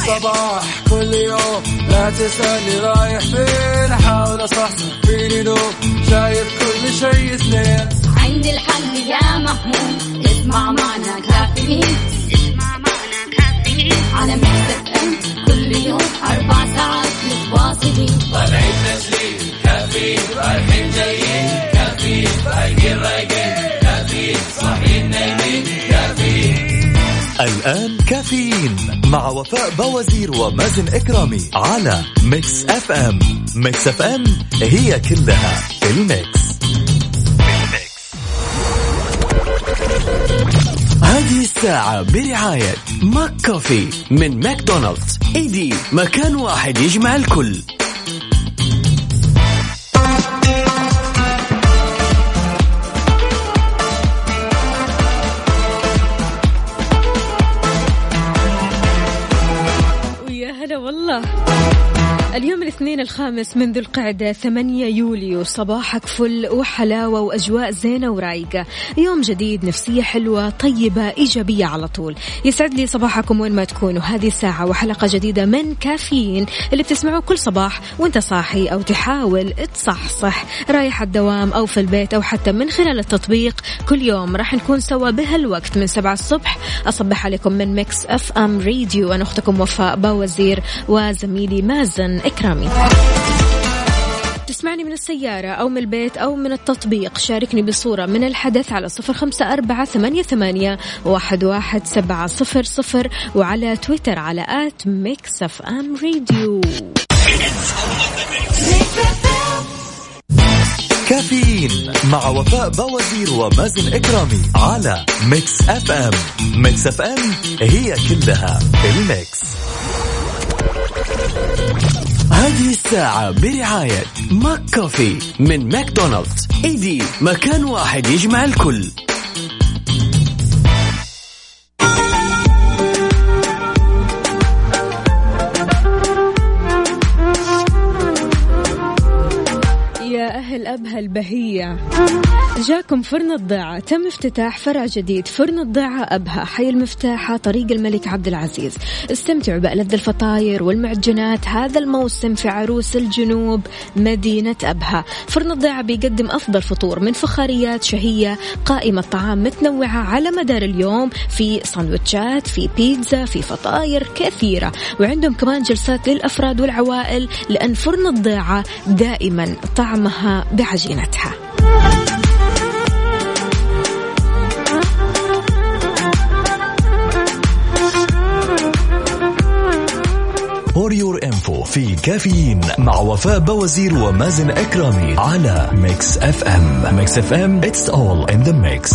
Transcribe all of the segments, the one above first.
الصباح كل يوم، لا تسألني رايح فين، أحاول أصحصح فيني نوم، شايف كل شيء سنين. عندي الحل يا محمود، اسمع معنا كافيين، اسمع معنا كافيين على ميكس اف ام كل يوم 4 ساعات متواصلين. طالعين تسليم كافيين، رايحين جايين كافيين، رايقين رايقين كافيين، صاحيين نايمين كافيين. الآن كافيين مع وفاء بوازير ومازن إكرامي على ميكس اف ام. ميكس اف ام هي كلها الميكس. هذه الساعة برعاية ماك كوفي من ماكدونالدز. ايدي مكان واحد يجمع الكل. ويا هلا والله. اليوم الاثنين 5 من ذو القعدة 8 يوليو. صباحك فل وحلاوة وأجواء زينة ورايقة. يوم جديد، نفسية حلوة طيبة إيجابية على طول. يسعد لي صباحكم وين ما تكونوا. هذه ساعة وحلقة جديدة من كافيين اللي بتسمعوه كل صباح وانت صاحي أو تحاول تصحصح، رايح الدوام أو في البيت أو حتى من خلال التطبيق. كل يوم راح نكون سوا بهالوقت من 7 الصبح. أصبح عليكم من ميكس اف ام راديو. أنا أختكم وفاء بوازير وزميلي مازن إكرامي. تسمعني من السيارة أو من البيت أو من التطبيق. شاركني بصورة من الحدث على 0548811700 وعلى تويتر على @mixfmradio. كافيين مع وفاء بوازير ومازن إكرامي على ميكس اف ام. ميكس اف ام هي كلها الميكس. هذه الساعة برعاية ماك كوفي من ماكدونالدز. ايدي مكان واحد يجمع الكل. يا أهل أبها البهية، جاكم فرن الضيعة. تم افتتاح فرع جديد، فرن الضيعة أبها، حي المفتاحة، طريق الملك عبد العزيز. استمتعوا بألذ الفطاير والمعجنات هذا الموسم في عروس الجنوب مدينة أبها. فرن الضيعة بيقدم أفضل فطور من فخاريات شهية، قائمة طعام متنوعة على مدار اليوم، في ساندويتشات، في بيتزا، في فطاير كثيرة، وعندهم كمان جلسات للأفراد والعوائل، لأن فرن الضيعة دائما طعمها بعجينتها. For your info في كافيين مع وفاء بوازير ومازن إكرامي على ميكس اف ام. ميكس اف ام it's all in the mix.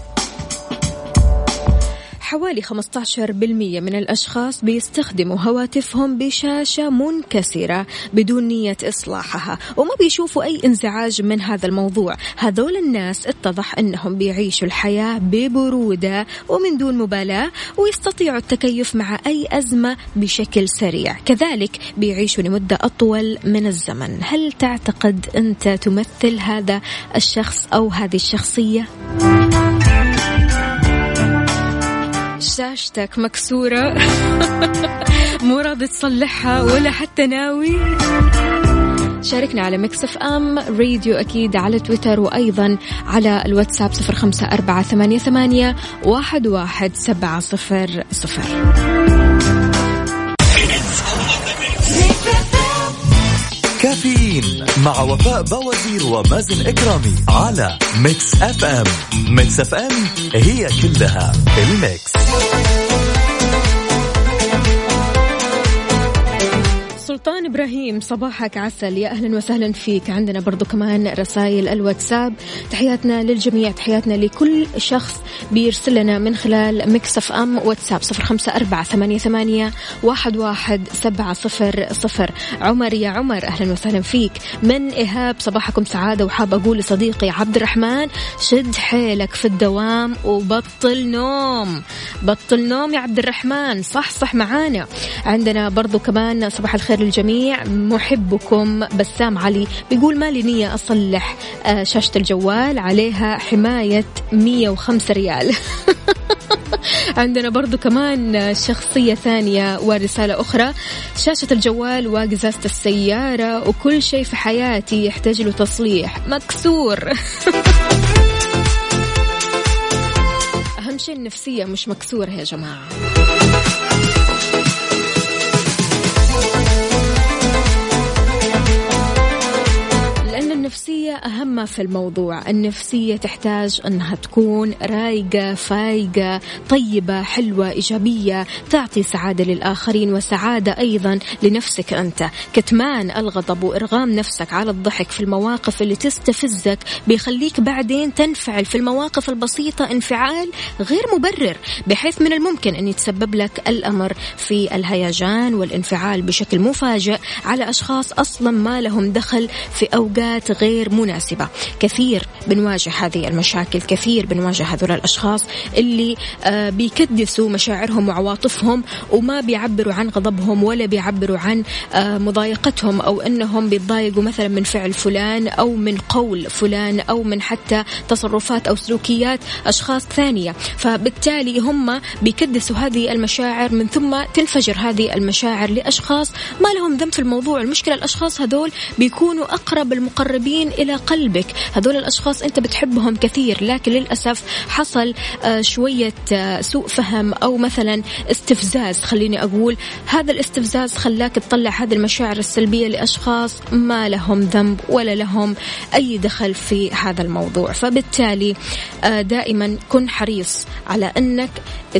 حوالي 15% من الأشخاص بيستخدموا هواتفهم بشاشة منكسرة بدون نية إصلاحها، وما بيشوفوا أي انزعاج من هذا الموضوع. هذول الناس اتضح أنهم بيعيشوا الحياة ببرودة ومن دون مبالاة، ويستطيعوا التكيف مع أي أزمة بشكل سريع. كذلك بيعيشوا لمدة أطول من الزمن. هل تعتقد أنت تمثل هذا الشخص أو هذه الشخصية؟ شاشتك مكسورة مو راضي تصلحها ولا حتى ناوي؟ شاركنا على ميكس اف ام راديو أكيد على تويتر، وأيضا على الواتساب 0548811700. كافيين مع وفاء بوازير ومازن إكرامي على ميكس اف ام. ميكس اف ام هي كلها الميكس. سلطان إبراهيم، صباحك عسل، يا أهلا وسهلا فيك. عندنا برضو كمان رسائل الواتساب. تحياتنا للجميع، تحياتنا لكل شخص بيرسل لنا من خلال ميكس اف ام واتساب 0548811700. عمر، يا عمر أهلا وسهلا فيك. من إيهاب، صباحكم سعادة، وحاب أقول لصديقي عبد الرحمن شد حيلك في الدوام وبطل نوم. بطل نوم يا عبد الرحمن، صح معانا. عندنا برضو كمان صباح الخير للجميع. الجميع. محبكم بسام علي بيقول ما لي نية أصلح شاشة الجوال، عليها حماية 105 ريال. عندنا برضو كمان شخصية ثانية ورسالة أخرى: شاشة الجوال وقزازة السيارة وكل شيء في حياتي يحتاج له تصليح، مكسور. أهم شيء النفسية مش مكسورة يا جماعة. النفسية أهم في الموضوع. النفسية تحتاج أنها تكون رايقة فايقة طيبة حلوة إيجابية، تعطي سعادة للآخرين وسعادة أيضا لنفسك أنت. كتمان الغضب وإرغام نفسك على الضحك في المواقف اللي تستفزك بيخليك بعدين تنفعل في المواقف البسيطة انفعال غير مبرر، بحيث من الممكن أن يتسبب لك الأمر في الهيجان والانفعال بشكل مفاجئ على أشخاص أصلا ما لهم دخل في أوقات غير مناسبة. كثير بنواجه هذه المشاكل، كثير بنواجه هذول الأشخاص اللي بيكدسوا مشاعرهم وعواطفهم وما بيعبروا عن غضبهم ولا بيعبروا عن مضايقتهم أو أنهم بيتضايقوا مثلا من فعل فلان أو من قول فلان أو من حتى تصرفات أو سلوكيات أشخاص ثانية. فبالتالي هم بيكدسوا هذه المشاعر، من ثم تنفجر هذه المشاعر لأشخاص ما لهم ذنب في الموضوع. المشكلة الأشخاص هذول بيكونوا أقرب المقربين إلى قلبك، هذول الأشخاص أنت بتحبهم كثير، لكن للأسف حصل شوية سوء فهم أو مثلا استفزاز، خليني أقول هذا الاستفزاز خلاك تطلع هذه المشاعر السلبية لأشخاص ما لهم ذنب ولا لهم أي دخل في هذا الموضوع. فبالتالي دائما كن حريص على أنك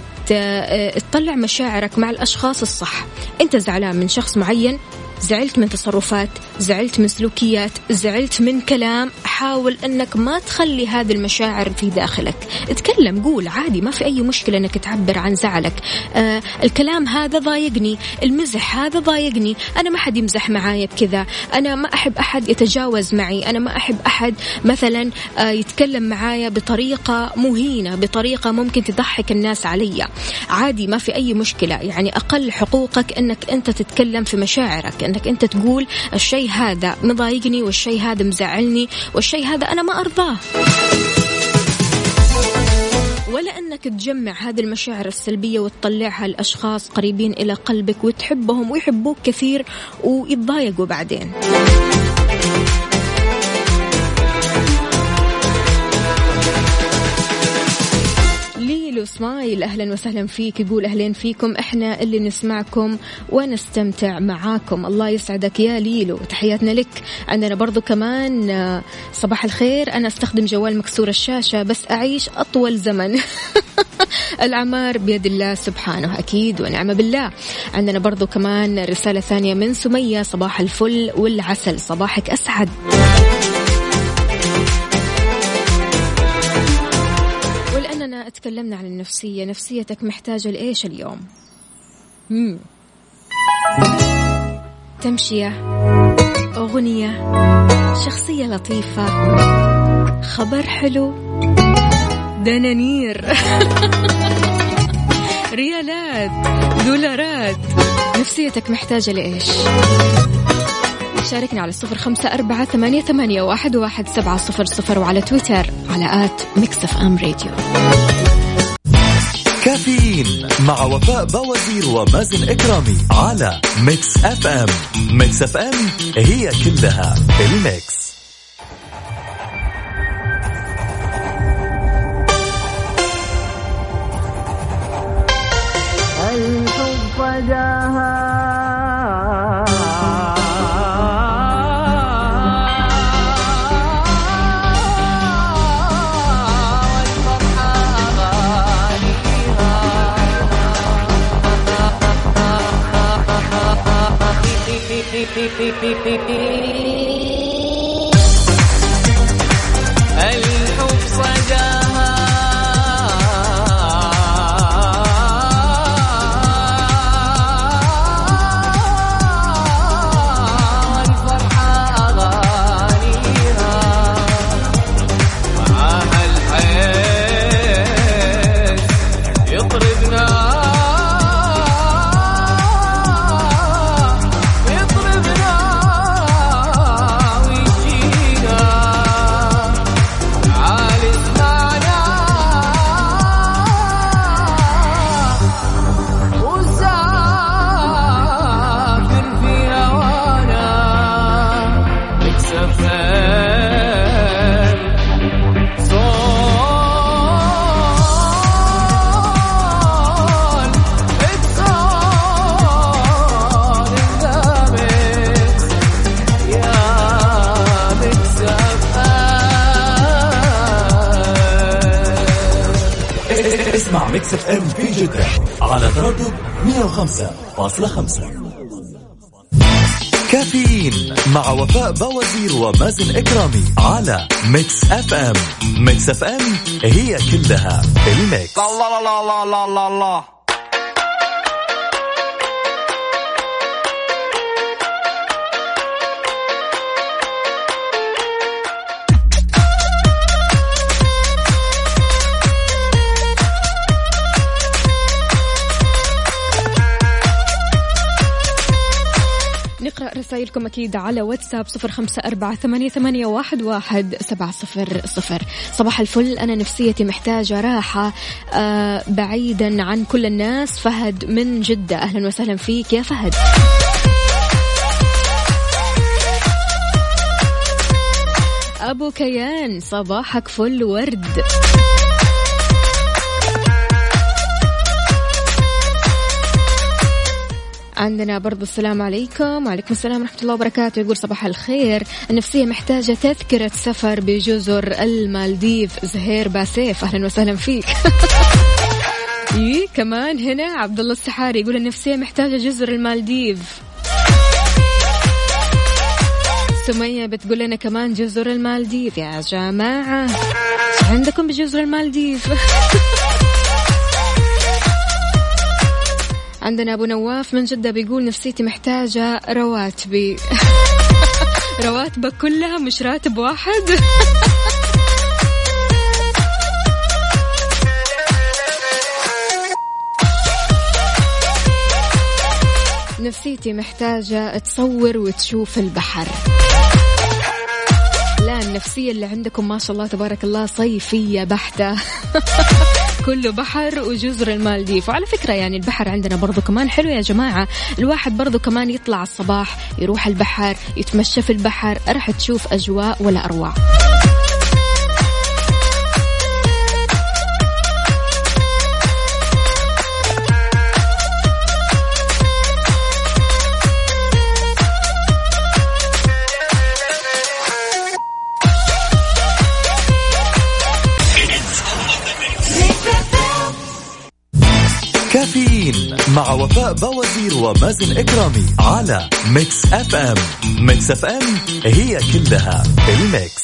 تطلع مشاعرك مع الأشخاص الصح. أنت زعلان من شخص معين، زعلت من تصرفات، زعلت من سلوكيات، زعلت من كلام، حاول أنك ما تخلي هذه المشاعر في داخلك. اتكلم، قول عادي، ما في أي مشكلة أنك تعبر عن زعلك. الكلام هذا ضايقني، المزح هذا ضايقني، أنا ما حد يمزح معايا بكذا، أنا ما أحب أحد يتجاوز معي، أنا ما أحب أحد مثلا يتكلم معايا بطريقة مهينة، بطريقة ممكن تضحك الناس علي. عادي، ما في أي مشكلة. يعني أقل حقوقك أنك أنت تتكلم في مشاعرك، أنك أنت تقول الشيء هذا مضايقني والشيء هذا مزعلني والشيء هذا أنا ما أرضاه، ولا أنك تجمع هذه المشاعر السلبية وتطلعها لأشخاص قريبين إلى قلبك وتحبهم ويحبوك كثير ويتضايقوا بعدين. ليلو سمايل أهلا وسهلا فيك، يقول أهلين فيكم، إحنا اللي نسمعكم ونستمتع معاكم. الله يسعدك يا ليلو، تحياتنا لك. عندنا برضو كمان صباح الخير، أنا استخدم جوال مكسور الشاشة بس أعيش أطول زمن. الأعمار بيد الله سبحانه أكيد ونعم بالله. عندنا برضو كمان رسالة ثانية من سمية، صباح الفل والعسل، صباحك أسعد. ولأننا اتكلمنا عن النفسية، نفسيتك محتاجة لإيش اليوم؟ تمشية، أغنية، شخصية لطيفة، خبر حلو، دنانير، ريالات، دولارات. نفسيتك محتاجة لإيش؟ شاركنا على 0548811700 وعلى تويتر على @mixfmradio. كافيين مع وفاء بوازير ومازن إكرامي على ميكس اف ام. ميكس اف ام هي كلها الميكس. الحب جاها الحب صداها والفرحة أغانيها معاها الحياة يطربنا جدة على تردد 105.5. كافيين مع وفاء بوازير ومازن إكرامي على ميكس اف ام. ميكس اف ام هي كلها الميكس. الله الله الله الله الله الله. نقرأ رسائلكم أكيد على واتساب 0548811700. صباح الفل، أنا نفسيتي محتاجة راحة بعيدا عن كل الناس. فهد من جدة، أهلا وسهلا فيك يا فهد. أبو كيان، صباحك فل ورد. عندنا برضو السلام عليكم. وعليكم السلام ورحمة الله وبركاته. يقول صباح الخير، النفسية محتاجة تذكرة سفر بجزر المالديف. زهير باسيف، أهلا وسهلا فيك. كمان هنا عبد الله السحاري يقول النفسية محتاجة جزر المالديف. سمية بتقول لنا كمان جزر المالديف. يا جماعة عندكم بجزر المالديف؟ عندنا أبو نواف من جدة بيقول نفسيتي محتاجة رواتبي. رواتبك كلها مش راتب واحد. نفسيتي محتاجة تصور وتشوف البحر. لا، النفسية اللي عندكم ما شاء الله تبارك الله صيفية بحتة. كله بحر وجزر المالديف. وعلى فكرة يعني البحر عندنا برضو كمان حلو يا جماعة. الواحد برضو كمان يطلع الصباح يروح البحر يتمشى في البحر، راح تشوف أجواء ولا أروع. كافيين مع وفاء بوازير ومازن إكرامي على ميكس اف ام. ميكس اف ام هي كلها الميكس.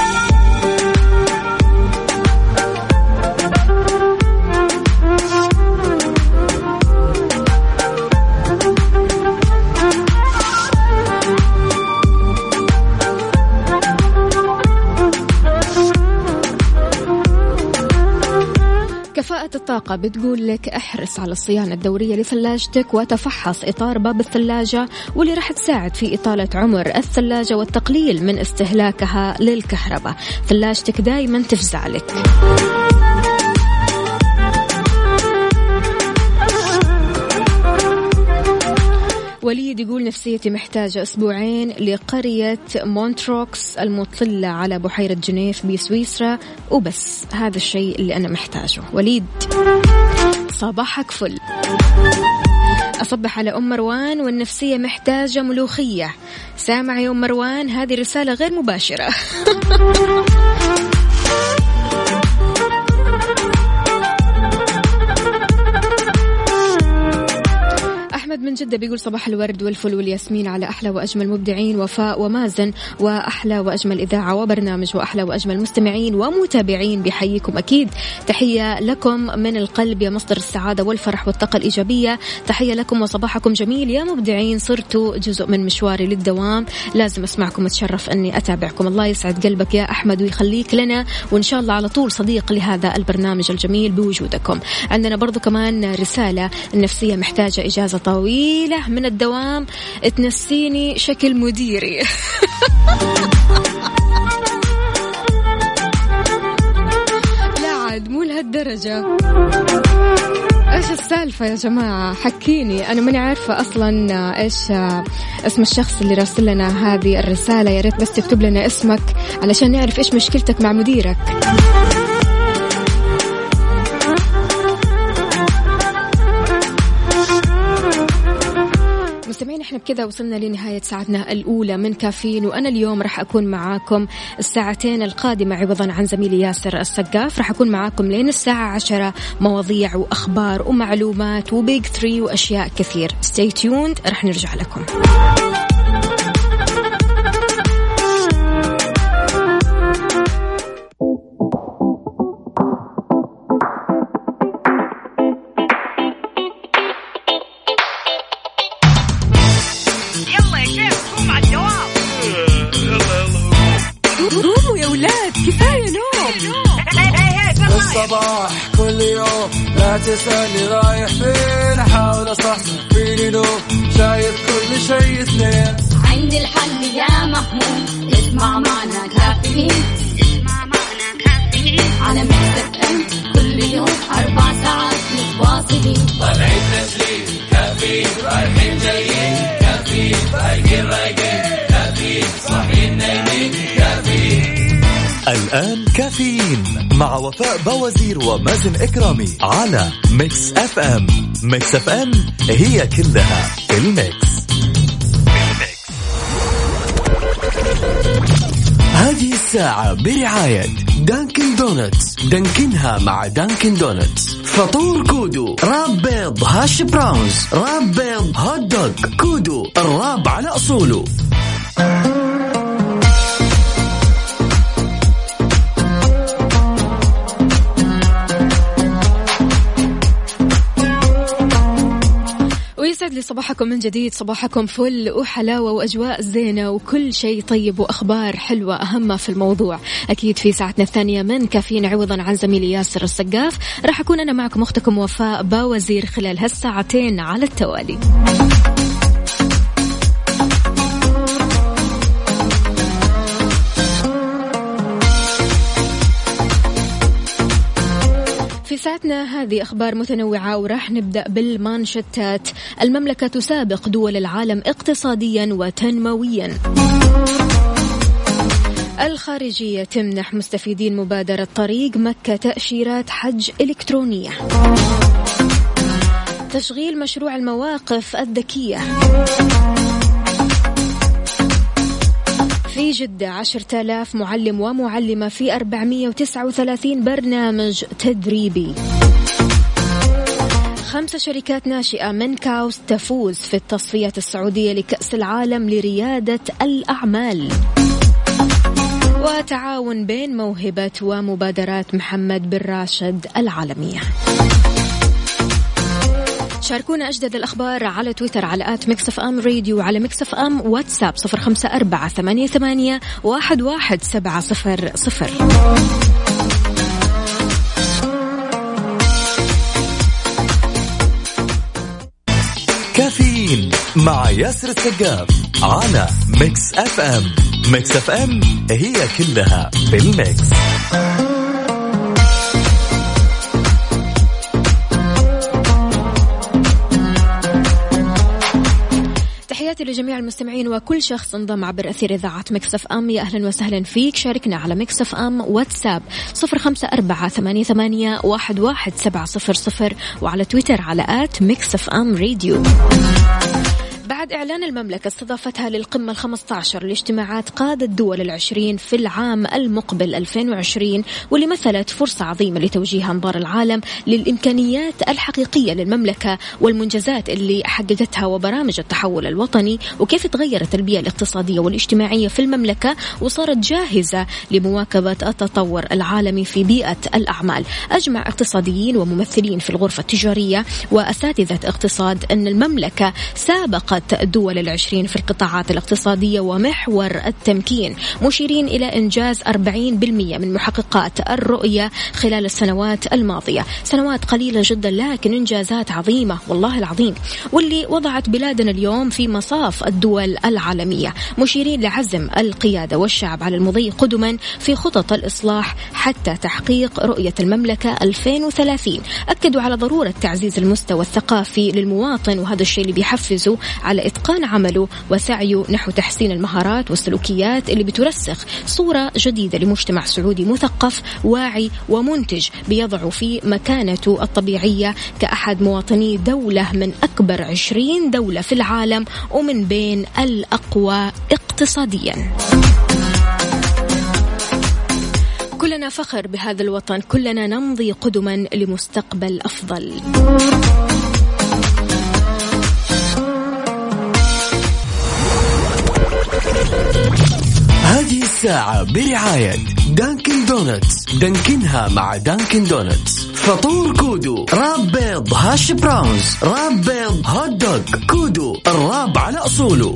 كفاءة الطاقة بتقول لك احرص على الصيانة الدورية لثلاجتك وتفحص إطار باب الثلاجة، واللي راح تساعد في إطالة عمر الثلاجة والتقليل من استهلاكها للكهرباء. ثلاجتك دايما تفزع لك. وليد يقول نفسيتي محتاجة أسبوعين لقرية مونتروكس المطلة على بحيرة جنيف بسويسرا وبس. هذا الشيء اللي أنا محتاجه. وليد صباحك فل. أصبح على أم مروان والنفسية محتاجة ملوخية. سامع يا أم مروان؟ هذه رسالة غير مباشرة. من جدة بيقول صباح الورد والفل والياسمين على أحلى وأجمل مبدعين وفاء ومازن، وأحلى وأجمل إذاعة وبرنامج، وأحلى وأجمل مستمعين ومتابعين. بحييكم أكيد. تحية لكم من القلب يا مصدر السعادة والفرح والطاقة الإيجابية. تحية لكم وصباحكم جميل يا مبدعين. صرتوا جزء من مشواري للدوام، لازم أسمعكم وأتشرف أني أتابعكم. الله يسعد قلبك يا أحمد ويخليك لنا، وإن شاء الله على طول صديق لهذا البرنامج الجميل بوجودكم. عندنا برضو كمان رسالة، النفسية محتاجة إجازة طويلة من الدوام تنسيني شكل مديري. لا عاد مو لهالدرجة. ايش السالفة يا جماعة؟ حكيني، انا ماني عارفة اصلا ايش اسم الشخص اللي راسل لنا هذه الرسالة. يا ريت بس تكتب لنا اسمك علشان نعرف ايش مشكلتك مع مديرك. مستمعين احنا بكذا وصلنا لنهاية ساعتنا الأولى من كافيين، وأنا اليوم راح أكون معاكم الساعتين القادمة عوضا عن زميلي ياسر السقاف. راح أكون معاكم لين الساعة 10، مواضيع وأخبار ومعلومات وبيج 3 وأشياء كثير. stay tuned، راح نرجع لكم. الصباح كل يوم لا تسألني رايح فين، أحاول أصحصح فيني نوم، شايف كل شيء اثنين. عندي الحل يا محمود، اسمع معنا كافيين، على ميكس اف ام كل يوم 4 ساعات متواصلين. طالعين تسليم كافيين، رايحين جايين كافيين، رايقين كافيين، صاحيين نايمين كافيين. الآن كافيين مع وفاء بوازير ومازن إكرامي على ميكس اف ام. ميكس اف ام هي كلها الميكس. هذه الساعة برعاية دانكن دونتس، دانكنها مع دانكن دونتس. فطور كودو، راب بيض هاش براونز، راب بيض هوت دوغ. كودو، الراب على أصوله. يسعد لي صباحكم من جديد، صباحكم فل وحلاوة وأجواء زينة وكل شيء طيب وأخبار حلوة أهم في الموضوع. أكيد في ساعتنا الثانية من كافيين عوضا عن زميلي ياسر السقاف راح أكون أنا معكم أختكم وفاء باوزير خلال هالساعتين على التوالي. في ساعتنا هذه أخبار متنوعة وراح نبدأ بالمانشتات. المملكة تسابق دول العالم اقتصاديا وتنمويا. الخارجية تمنح مستفيدين مبادرة طريق مكة تأشيرات حج إلكترونية. تشغيل مشروع المواقف الذكية. في جدة 10,000 معلم ومعلمة في 439 برنامج تدريبي. 5 شركات ناشئة من كاوس تفوز في التصفيات السعودية لكأس العالم لريادة الأعمال. وتعاون بين موهبة ومبادرات محمد بن راشد العالمية. شاركونا أجدد الأخبار على تويتر على @mixfm_radio وعلى mixfm واتساب 0548811700. كافيين مع ياسر السقاف على ميكس اف ام. ميكس اف ام هي كلها بالميكس. تحياتي لجميع المستمعين وكل شخص انضم عبر أثير إذاعة ميكس اف ام. يا أهلا وسهلا فيك. شاركنا على ميكس اف ام واتساب 0548811700 وعلى تويتر على @mixfmradio. بعد إعلان المملكة استضافتها للقمة 15 لاجتماعات قادة دول العشرين في العام المقبل 2020، واللي مثلت فرصة عظيمة لتوجيه أنظار العالم للإمكانيات الحقيقية للمملكة والمنجزات اللي حققتها وبرامج التحول الوطني وكيف تغيرت البيئة الاقتصادية والاجتماعية في المملكة وصارت جاهزة لمواكبة التطور العالمي في بيئة الأعمال. أجمع اقتصاديين وممثلين في الغرفة التجارية وأساتذة اقتصاد أن المملكة سابقت دول العشرين في القطاعات الاقتصادية ومحور التمكين، مشيرين إلى إنجاز 40% من محققات الرؤية خلال السنوات الماضية. سنوات قليلة جدا لكن إنجازات عظيمة والله العظيم، واللي وضعت بلادنا اليوم في مصاف الدول العالمية، مشيرين لعزم القيادة والشعب على المضي قدما في خطط الإصلاح حتى تحقيق رؤية المملكة 2030. أكدوا على ضرورة تعزيز المستوى الثقافي للمواطن، وهذا الشيء اللي بيحفزه على إتقان عمله وسعيه نحو تحسين المهارات والسلوكيات اللي بترسخ صورة جديدة لمجتمع سعودي مثقف واعي ومنتج بيضع في مكانته الطبيعية كأحد مواطني دولة من أكبر 20 دولة في العالم ومن بين الأقوى اقتصاديا. كلنا فخر بهذا الوطن، كلنا نمضي قدما لمستقبل أفضل. هذه الساعة برعاية دانكن دونتس، دانكنها مع دانكن دونتس. فطور كودو، راب بيض هاش براونز، راب بيض هوت دوغ. كودو، الراب على أصوله.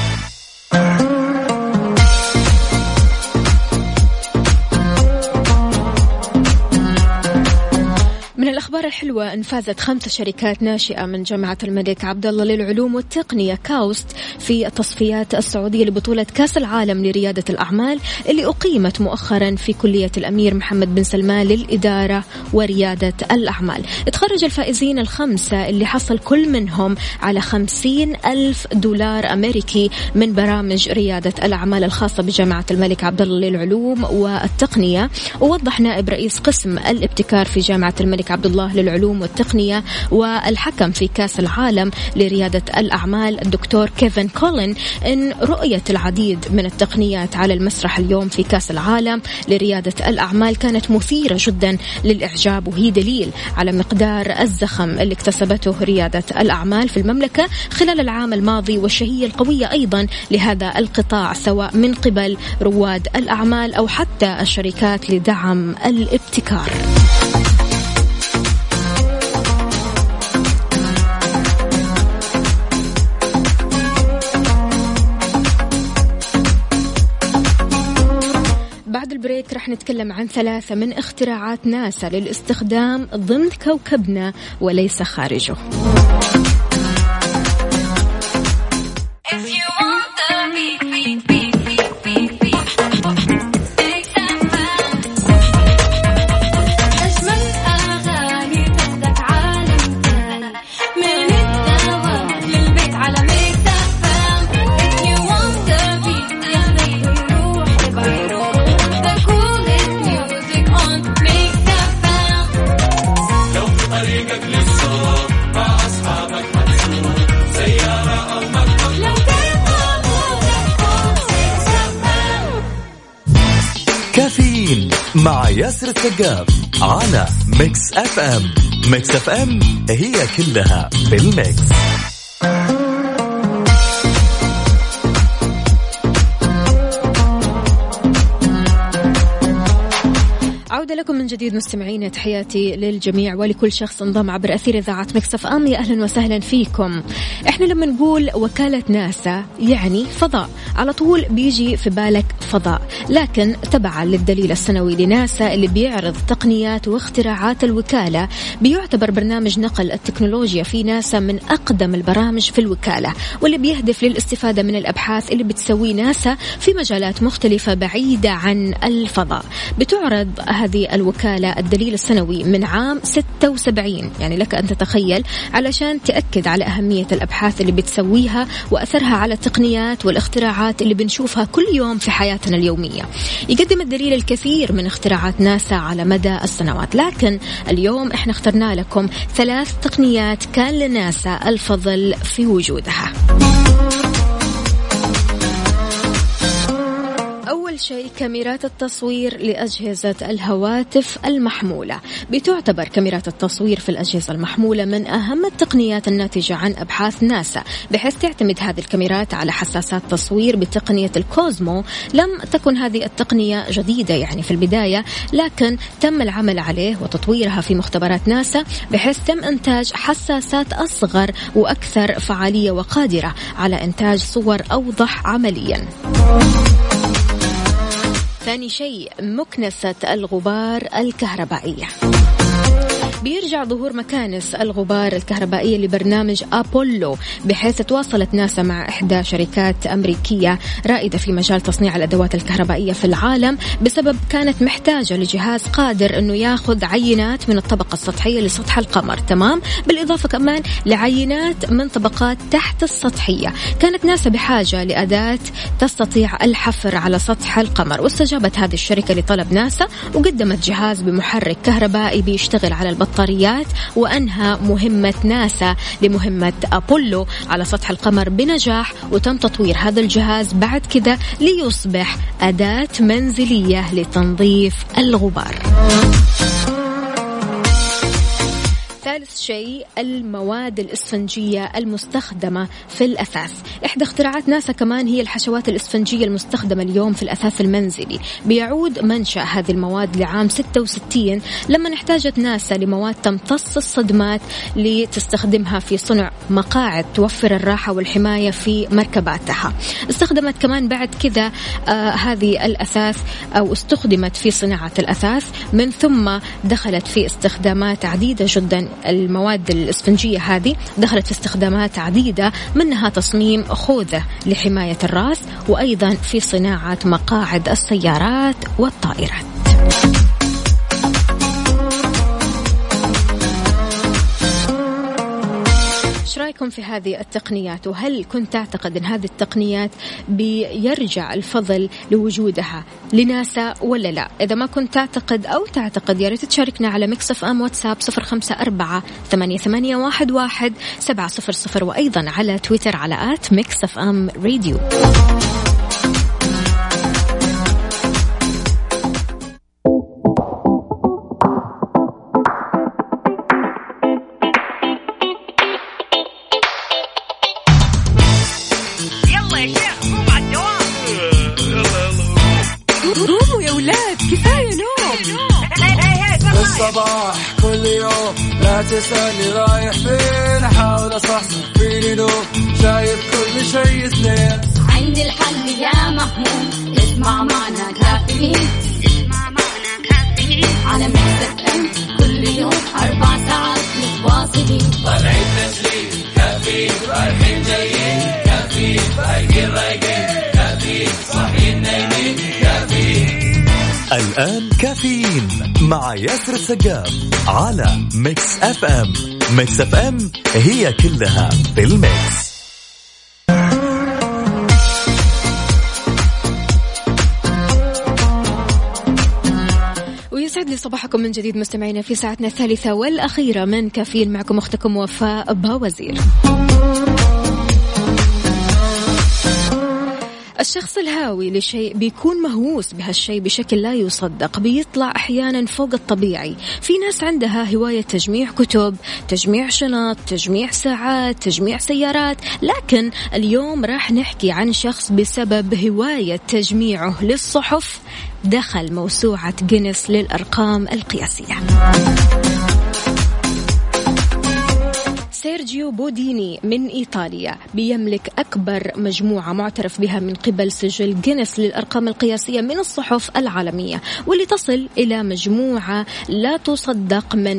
من الأخبار الحلوة أن فازت 5 شركات ناشئة من جامعة الملك عبدالله للعلوم والتقنية كاوست في التصفيات السعودية لبطولة كأس العالم لريادة الأعمال اللي أقيمت مؤخرا في كلية الأمير محمد بن سلمان للإدارة وريادة الأعمال. تخرج الفائزين ال5 اللي حصل كل منهم على 50,000 دولار أمريكي من برامج ريادة الأعمال الخاصة بجامعة الملك عبدالله للعلوم والتقنية. ووضح نائب رئيس قسم الابتكار في جامعة الملك عبد الله للعلوم والتقنية والحكم في كأس العالم لريادة الأعمال الدكتور كيفن كولين إن رؤية العديد من التقنيات على المسرح اليوم في كأس العالم لريادة الأعمال كانت مثيرة جدا للإعجاب، وهي دليل على مقدار الزخم اللي اكتسبته ريادة الأعمال في المملكة خلال العام الماضي والشهية القوية أيضا لهذا القطاع سواء من قبل رواد الأعمال أو حتى الشركات لدعم الابتكار. بعد البريك رح نتكلم عن 3 من اختراعات ناسا للاستخدام ضمن كوكبنا وليس خارجه. كافيين مع ياسر السقاف على ميكس اف ام. ميكس اف ام هي كلها في الميكس. عودة لكم من جديد مستمعين، تحياتي للجميع ولكل شخص انضم عبر أثير إذاعة ميكس اف ام. يا أهلا وسهلا فيكم. إحنا لما نقول وكالة ناسا يعني فضاء، على طول بيجي في بالك فضاء، لكن تبعا للدليل السنوي لناسا اللي بيعرض تقنيات واختراعات الوكالة، بيعتبر برنامج نقل التكنولوجيا في ناسا من أقدم البرامج في الوكالة، واللي بيهدف للاستفادة من الأبحاث اللي بتسوي ناسا في مجالات مختلفة بعيدة عن الفضاء. بتعرض هذه الوكالة الدليل السنوي من عام 76، يعني لك أن تتخيل، علشان تأكد على أهمية الأبحاث اللي بتسويها وأثرها على التقنيات والاختراعات اللي بنشوفها كل يوم في حياتنا اليومية. يقدم الدليل الكثير من اختراعات ناسا على مدى السنوات، لكن اليوم احنا اخترنا لكم 3 تقنيات كان لناسا الفضل في وجودها. أول شيء كاميرات التصوير لأجهزة الهواتف المحمولة. بتعتبر كاميرات التصوير في الأجهزة المحمولة من أهم التقنيات الناتجة عن أبحاث ناسا، بحيث تعتمد هذه الكاميرات على حساسات تصوير بتقنية الكوزمو. لم تكن هذه التقنية جديدة يعني في البداية، لكن تم العمل عليه وتطويرها في مختبرات ناسا، بحيث تم إنتاج حساسات أصغر وأكثر فعالية وقادرة على إنتاج صور أوضح عمليا. ثاني شيء مكنسة الغبار الكهربائية. بيرجع ظهور مكانس الغبار الكهربائية لبرنامج أبولو، بحيث تواصلت ناسا مع إحدى شركات أمريكية رائدة في مجال تصنيع الأدوات الكهربائية في العالم، بسبب كانت محتاجة لجهاز قادر أنه ياخذ عينات من الطبقة السطحية لسطح القمر، تمام، بالإضافة كمان لعينات من طبقات تحت السطحية. كانت ناسا بحاجة لأداة تستطيع الحفر على سطح القمر، واستجابت هذه الشركة لطلب ناسا وقدمت جهاز بمحرك كهربائي بيشتغل على البطاريات، وأنهى مهمة ناسا لمهمة أبولو على سطح القمر بنجاح. وتم تطوير هذا الجهاز بعد كده ليصبح أداة منزلية لتنظيف الغبار. ثالث شيء المواد الإسفنجية المستخدمة في الأثاث. إحدى اختراعات ناسا كمان هي الحشوات الإسفنجية المستخدمة اليوم في الأثاث المنزلي. بيعود منشأ هذه المواد لعام 66 لما احتاجت ناسا لمواد تمتص الصدمات لتستخدمها في صنع مقاعد توفر الراحة والحماية في مركباتها. استخدمت كمان بعد كذا هذه الأثاث أو استخدمت في صناعة الأثاث، من ثم دخلت في استخدامات عديدة جدا. المواد الإسفنجية هذه دخلت في استخدامات عديدة، منها تصميم خوذة لحماية الرأس، وأيضا في صناعة مقاعد السيارات والطائرات. ايش رايكم في هذه التقنيات؟ وهل كنت تعتقد ان هذه التقنيات بيرجع الفضل لوجودها لناسا ولا لا؟ اذا ما كنت تعتقد او تعتقد يا ريت تشاركنا على ميكس اف ام واتساب 0548811700 وايضا على تويتر على @mixfmradio. الصباح كل يوم لا تسألني رايح فين، أحاول أصحصح فيني نوم، شايف كل شيء اثنين، عندي الحل يا محمود، اسمع معنا كافيين، اسمع معنا كافيين على ميكس اف ام، كل يوم 4 ساعات متواصلين، طالعين تسليم كافيين، رايحين جايين كافيين، فايقين رايقين كافيين، صاحيين نايمين كافيين. الآن كافيين مع ياسر السقاف على ميكس اف ام. ميكس اف ام هي كلها بالميكس. ويسعد لي صباحكم من جديد مستمعينا في ساعتنا الثالثة والأخيرة من كافيين، معكم أختكم وفاء باوزير. الشخص الهاوي لشيء بيكون مهووس بهالشيء بشكل لا يصدق، بيطلع أحيانا فوق الطبيعي. في ناس عندها هواية تجميع كتب، تجميع شنط، تجميع ساعات، تجميع سيارات، لكن اليوم راح نحكي عن شخص بسبب هواية تجميعه للصحف دخل موسوعة جينيس للأرقام القياسية. سيرجيو بوديني من إيطاليا بيملك أكبر مجموعة معترف بها من قبل سجل جينيس للأرقام القياسية من الصحف العالمية، واللي تصل إلى مجموعة لا تصدق من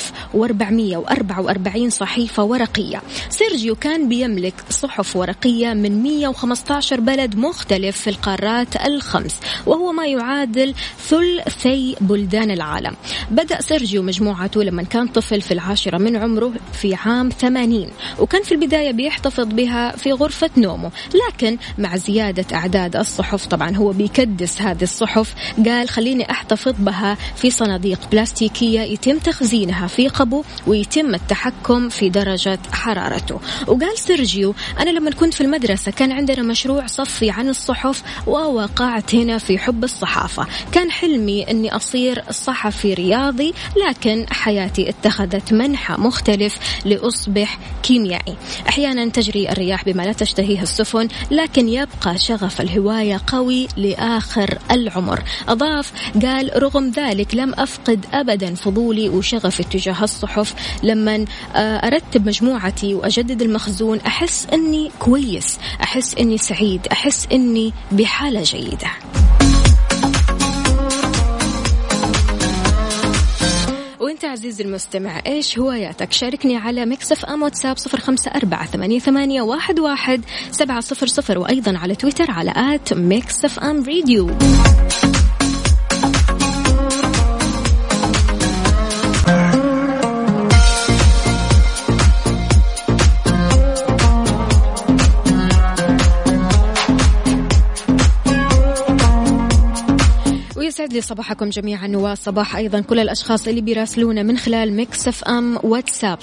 1444 صحيفة ورقية. سيرجيو كان بيملك صحف ورقية من 115 بلد مختلف في القارات الخمس، وهو ما يعادل ثلثي بلدان العالم. بدأ سيرجيو مجموعته لما كان طفل في 10 من عمره في عام 80، وكان في البداية بيحتفظ بها في غرفة نومه، لكن مع زيادة أعداد الصحف طبعا هو بيكدس هذه الصحف، قال خليني أحتفظ بها في صناديق بلاستيكية يتم تخزينها في قبو ويتم التحكم في درجة حرارته. وقال سيرجيو أنا لما كنت في المدرسة كان عندنا مشروع صفي عن الصحف، ووقعت هنا في حب الصحافة. كان حلمي أني أصير صحفي رياضي، لكن حياتي اتخذت منحى مختلف لأصبح كيميائي. أحيانا تجري الرياح بما لا تشتهيه السفن، لكن يبقى شغف الهواية قوي لآخر العمر. أضاف قال رغم ذلك لم أفقد أبدا فضولي وشغفي تجاه الصحف. لما أرتب مجموعتي وأجدد المخزون أحس أني كويس، أحس أني سعيد، أحس أني بحالة جيدة. وانت عزيزي المستمع، إيش هواياتك؟ شاركني على ميكس اف ام واتساب 0548811700 وأيضا على تويتر على @mixfmradio. يسعد لي صباحكم جميعا وصباح أيضا كل الأشخاص اللي بيراسلونا من خلال ميكس اف ام واتساب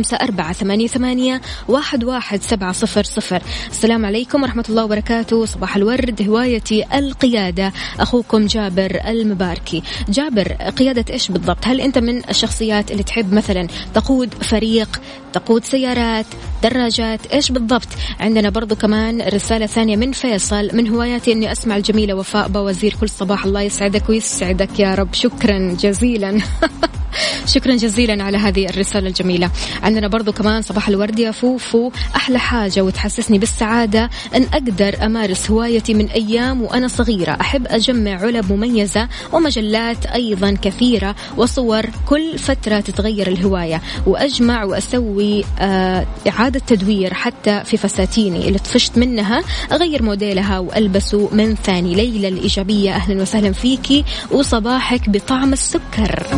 0548811700. السلام عليكم ورحمة الله وبركاته. صباح الورد. هوايتي القيادة. أخوكم جابر المباركي. جابر، قيادة إيش بالضبط؟ هل أنت من الشخصيات اللي تحب مثلا تقود فريق، تقود سيارات، دراجات؟ إيش بالضبط؟ عندنا برضو كمان رسالة ثانية من فيصل. من هواياتي أني أسمع الجميلة وفاء بوزير كل صباح. الله يسعدك ويسعدك يا رب. شكرا جزيلا شكرا جزيلا على هذه الرسالة الجميلة. عندنا برضو كمان صباح الورد يا فوفو. أحلى حاجة وتحسسني بالسعادة أن أقدر أمارس هوايتي من أيام وأنا صغيرة. أحب أجمع علب مميزة ومجلات أيضا كثيرة وصور. كل فترة تتغير الهواية وأجمع وأسوي إعادة تدوير حتى في فساتيني اللي طفشت منها، أغير موديلها وألبسه من ثاني. ليلى الإيجابية، أهلا وسهلا فيكي وصباحك بطعم السكر.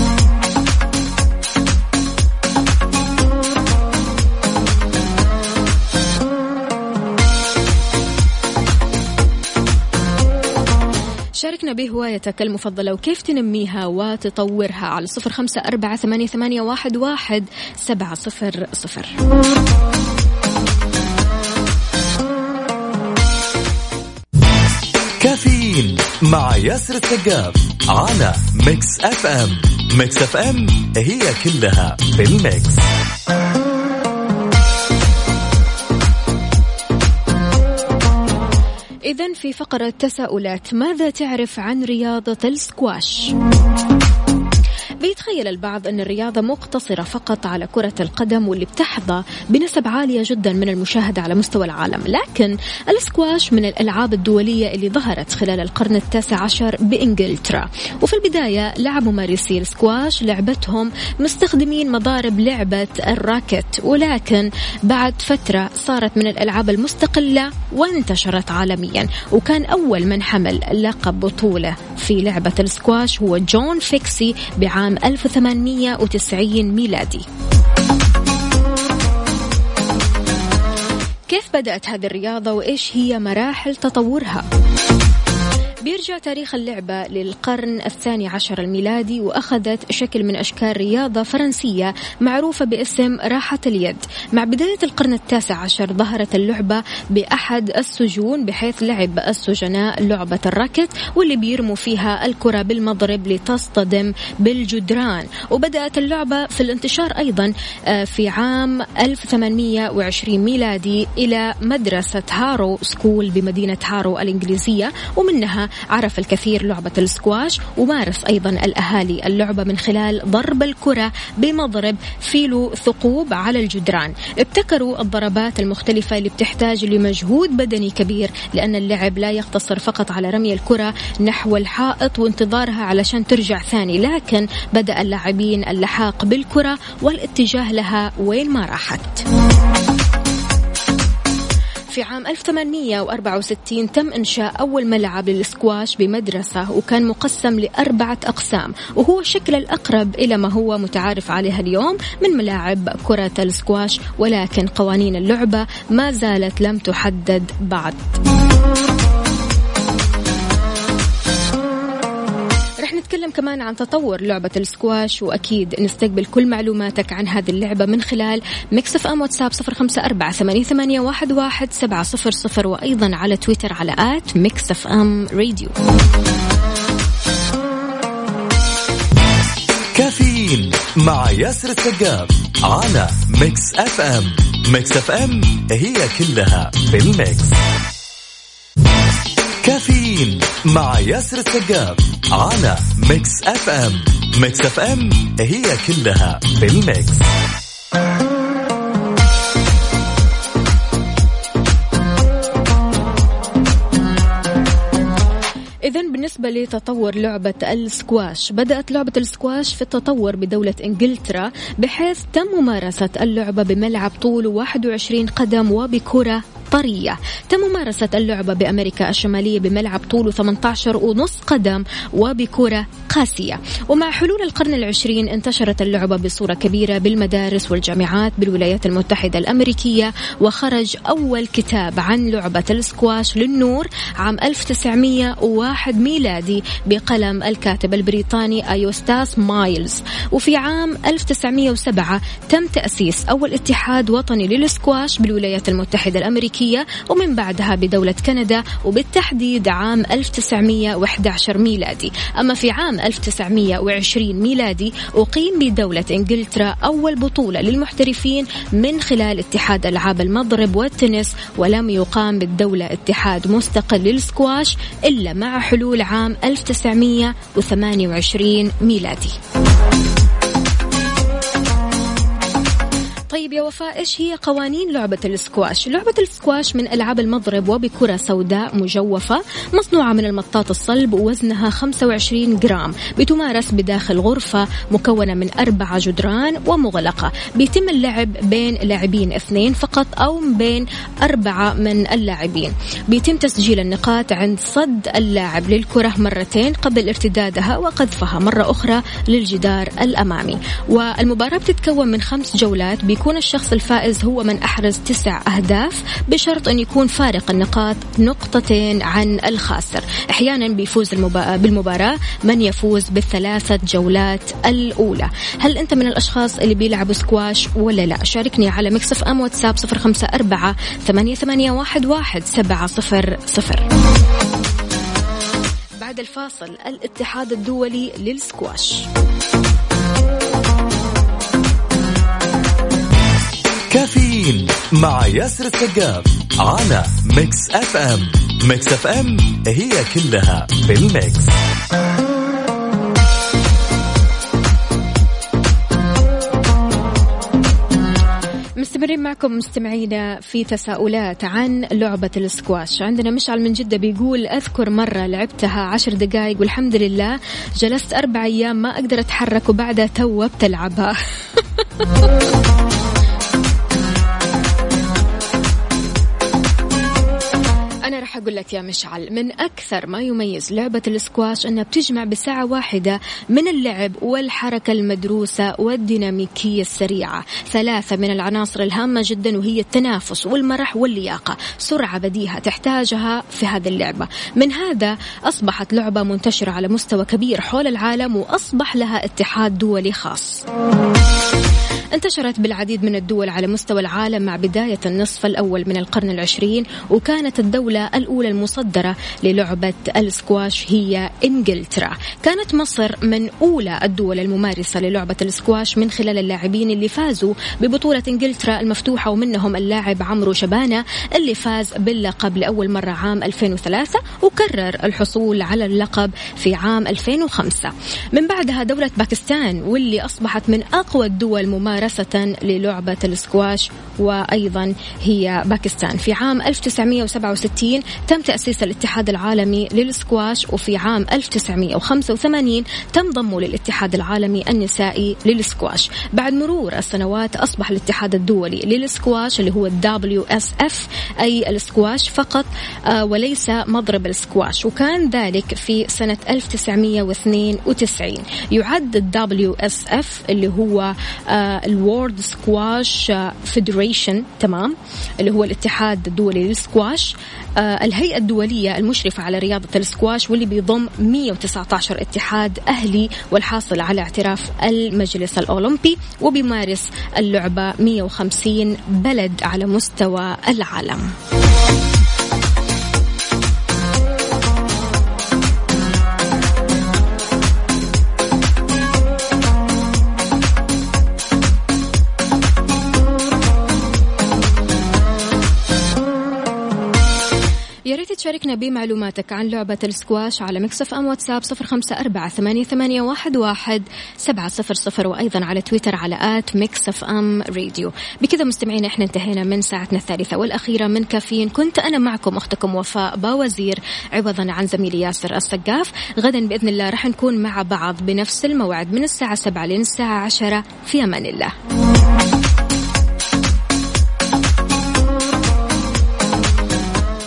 شاركنا بهوايتك المفضلة وكيف تنميها وتطورها على 0548811700. كافيين مع ياسر السقاف على ميكس اف ام. ميكس اف ام هي كلها بالميكس. إذن في فقرة تساؤلات، ماذا تعرف عن رياضة السكواش؟ بيتخيل البعض أن الرياضة مقتصرة فقط على كرة القدم واللي بتحظى بنسب عالية جدا من المشاهدة على مستوى العالم، لكن السكواش من الألعاب الدولية اللي ظهرت خلال القرن ال19 بإنجلترا. وفي البداية لعب ممارسي السكواش لعبتهم مستخدمين مضارب لعبة الراكت، ولكن بعد فترة صارت من الألعاب المستقلة وانتشرت عالميا. وكان أول من حمل لقب بطولة في لعبة السكواش هو جون فيكسي بعام 1890 ميلادي. كيف بدأت هذه الرياضة وإيش هي مراحل تطورها؟ بيرجع تاريخ اللعبة للقرن ال12 الميلادي، وأخذت شكل من أشكال رياضة فرنسية معروفة باسم راحة اليد. مع بداية القرن ال19 ظهرت اللعبة بأحد السجون، بحيث لعب السجناء لعبة الراكت واللي بيرموا فيها الكرة بالمضرب لتصطدم بالجدران. وبدأت اللعبة في الانتشار أيضا في عام 1820 ميلادي إلى مدرسة هارو سكول بمدينة هارو الإنجليزية، ومنها عرف الكثير لعبة السكواش. ومارس أيضا الأهالي اللعبة من خلال ضرب الكرة بمضرب فيه ثقوب على الجدران. ابتكروا الضربات المختلفة اللي بتحتاج لمجهود بدني كبير، لأن اللعب لا يقتصر فقط على رمي الكرة نحو الحائط وانتظارها علشان ترجع ثاني، لكن بدأ اللاعبين اللحاق بالكرة والاتجاه لها وين ما راحت. في عام 1864 تم إنشاء أول ملعب للسكواش بمدرسة، وكان مقسم ل4 أقسام، وهو الشكل الأقرب إلى ما هو متعارف عليه اليوم من ملاعب كرة السكواش، ولكن قوانين اللعبة ما زالت لم تحدد بعد. نتكلم كمان عن تطور لعبة السكواش، وأكيد نستقبل كل معلوماتك عن هذه اللعبة من خلال ميكس اف ام واتساب 0548811700 وأيضا على تويتر على @mixfmradio. كافيين مع ياسر السقاف على ميكس اف ام. ميكس اف ام هي كلها بالميكس. كافيين مع ياسر السقاف على ميكس اف ام. ميكس اف ام هي كلها بالميكس. إذن بالنسبة لتطور لعبة السكواش، بدأت لعبة السكواش في التطور بدولة إنجلترا، بحيث تم ممارسة اللعبة بملعب طوله 21 قدم وبكرة طرية. تم ممارسة اللعبة بأمريكا الشمالية بملعب طوله 18.5 قدم وبكرة قاسية. ومع حلول القرن العشرين انتشرت اللعبة بصورة كبيرة بالمدارس والجامعات بالولايات المتحدة الأمريكية، وخرج أول كتاب عن لعبة السكواش للنور عام 1901 ميلادي بقلم الكاتب البريطاني أيوستاس مايلز. وفي عام 1907 تم تأسيس أول اتحاد وطني للسكواش بالولايات المتحدة الأمريكية، ومن بعدها بدولة كندا، وبالتحديد عام 1911 ميلادي. أما في عام 1920 ميلادي أقيم بدولة إنجلترا أول بطولة للمحترفين من خلال اتحاد ألعاب المضرب والتنس، ولم يقام بالدولة اتحاد مستقل للسكواش إلا مع حلول عام 1928 ميلادي. طيب يا وفاء، إيش هي قوانين لعبة السكواش؟ لعبة السكواش من ألعاب المضرب وبكرة سوداء مجوفة مصنوعة من المطاط الصلب، ووزنها 25 جرام، بتمارس بداخل غرفة مكونة من 4 جدران ومغلقة. بيتم اللعب بين لاعبين 2 فقط أو بين 4 من اللاعبين. بيتم تسجيل النقاط عند صد اللاعب للكرة مرتين قبل ارتدادها وقذفها مرة أخرى للجدار الأمامي. والمباراة بتتكون من 5 جولات، بيكون الشخص الفائز هو من أحرز 9 أهداف، بشرط أن يكون فارق النقاط 2 نقطة عن الخاسر. أحيانا بيفوز بالمباراة من يفوز ب3 جولات الأولى. هل أنت من الأشخاص اللي بيلعبوا سكواش ولا لا؟ شاركني على ميكس اف ام واتساب 0548811700. بعد الفاصل الاتحاد الدولي للسكواش. كافيين مع ياسر السقاف على ميكس اف ام. ميكس اف ام هي كلها بالميكس. مستمرين معكم مستمعينا في تساؤلات عن لعبة السكواش. عندنا مشعل من جدة بيقول أذكر مرة لعبتها 10 دقائق والحمد لله جلست 4 أيام ما أقدر أتحرك، وبعدها توبت ألعبها. أنا رح أقول لك يا مشعل، من أكثر ما يميز لعبة السكواش أنها بتجمع بساعة واحدة من اللعب والحركة المدروسة والديناميكية السريعة 3 من العناصر الهامة جدا، وهي التنافس والمرح واللياقة، سرعة بديهة تحتاجها في هذه اللعبة. من هذا أصبحت لعبة منتشرة على مستوى كبير حول العالم، وأصبح لها اتحاد دولي خاص. انتشرت بالعديد من الدول على مستوى العالم مع بداية النصف الأول من القرن العشرين، وكانت الدولة الأولى المصدرة للعبة السكواش هي إنجلترا. كانت مصر من أولى الدول الممارسة للعبة السكواش من خلال اللاعبين اللي فازوا ببطولة إنجلترا المفتوحة، ومنهم اللاعب عمرو شبانة اللي فاز باللقب لأول مرة عام 2003، وكرر الحصول على اللقب في عام 2005. من بعدها دولة باكستان، واللي أصبحت من أقوى الدول ممارسة للعبة السكواش، وأيضا هي باكستان. في عام 1967 تم تأسيس الاتحاد العالمي للسكواش، وفي عام 1985 تم ضمه للاتحاد العالمي النسائي للسكواش. بعد مرور السنوات أصبح الاتحاد الدولي للسكواش اللي هو WSF، أي السكواش فقط وليس مضرب السكواش، وكان ذلك في سنة 1992. يعد WSF اللي هو الورد سكواش فيدريشن، تمام، اللي هو الاتحاد الدولي للسكواش، الهيئة الدولية المشرفة على رياضة السكواش، واللي بيضم 119 اتحاد أهلي، والحاصل على اعتراف المجلس الأولمبي، وبيمارس اللعبة 150 بلد على مستوى العالم. يا ريت تشاركنا بمعلوماتك عن لعبة السكواش على ميكس اف ام واتساب 0548811700 وأيضا على تويتر على @ميكس اف ام راديو. بكذا مستمعين احنا انتهينا من ساعتنا الثالثة والأخيرة من كافيين. كنت أنا معكم أختكم وفاء باوزير عوضا عن زميلي ياسر السقاف. غدا بإذن الله رح نكون مع بعض بنفس الموعد من الساعة 7 لين الساعة 10. في أمان الله.